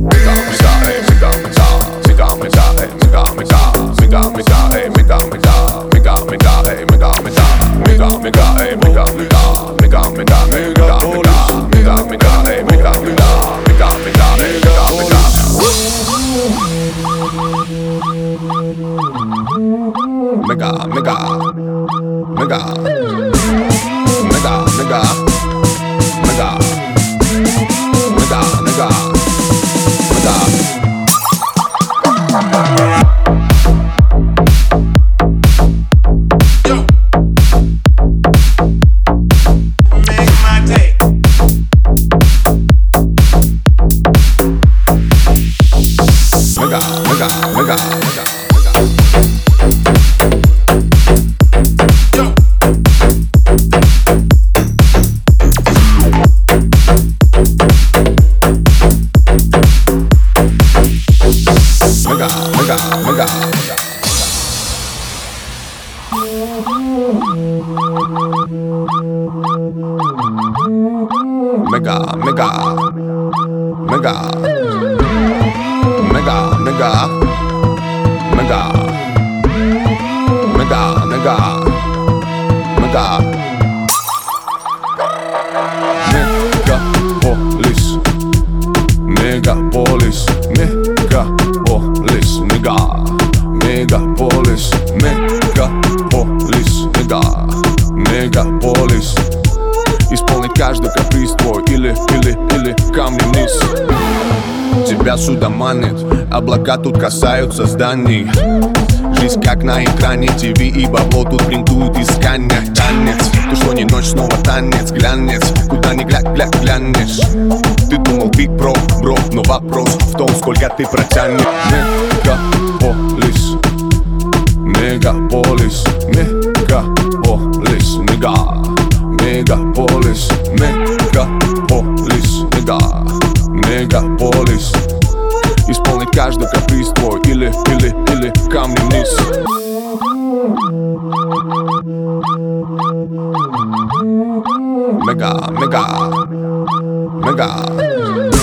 Мегаполис. Исполнить каждый каприз твой или камни вниз. Тебя сюда манит, облака тут касаются зданий. Жизнь как на экране, ТВ и бабло тут принтуют искания. Танец, ты что не ночь, снова танец, глянец. Куда ни глянешь. Ты думал big бро, но вопрос в том, сколько ты протянешь. Мегаполис, мегаполис, мегаполис, мегаполис, мегаполис, мегаполис. Исполнить каждый каприз твой или камни вниз. Мега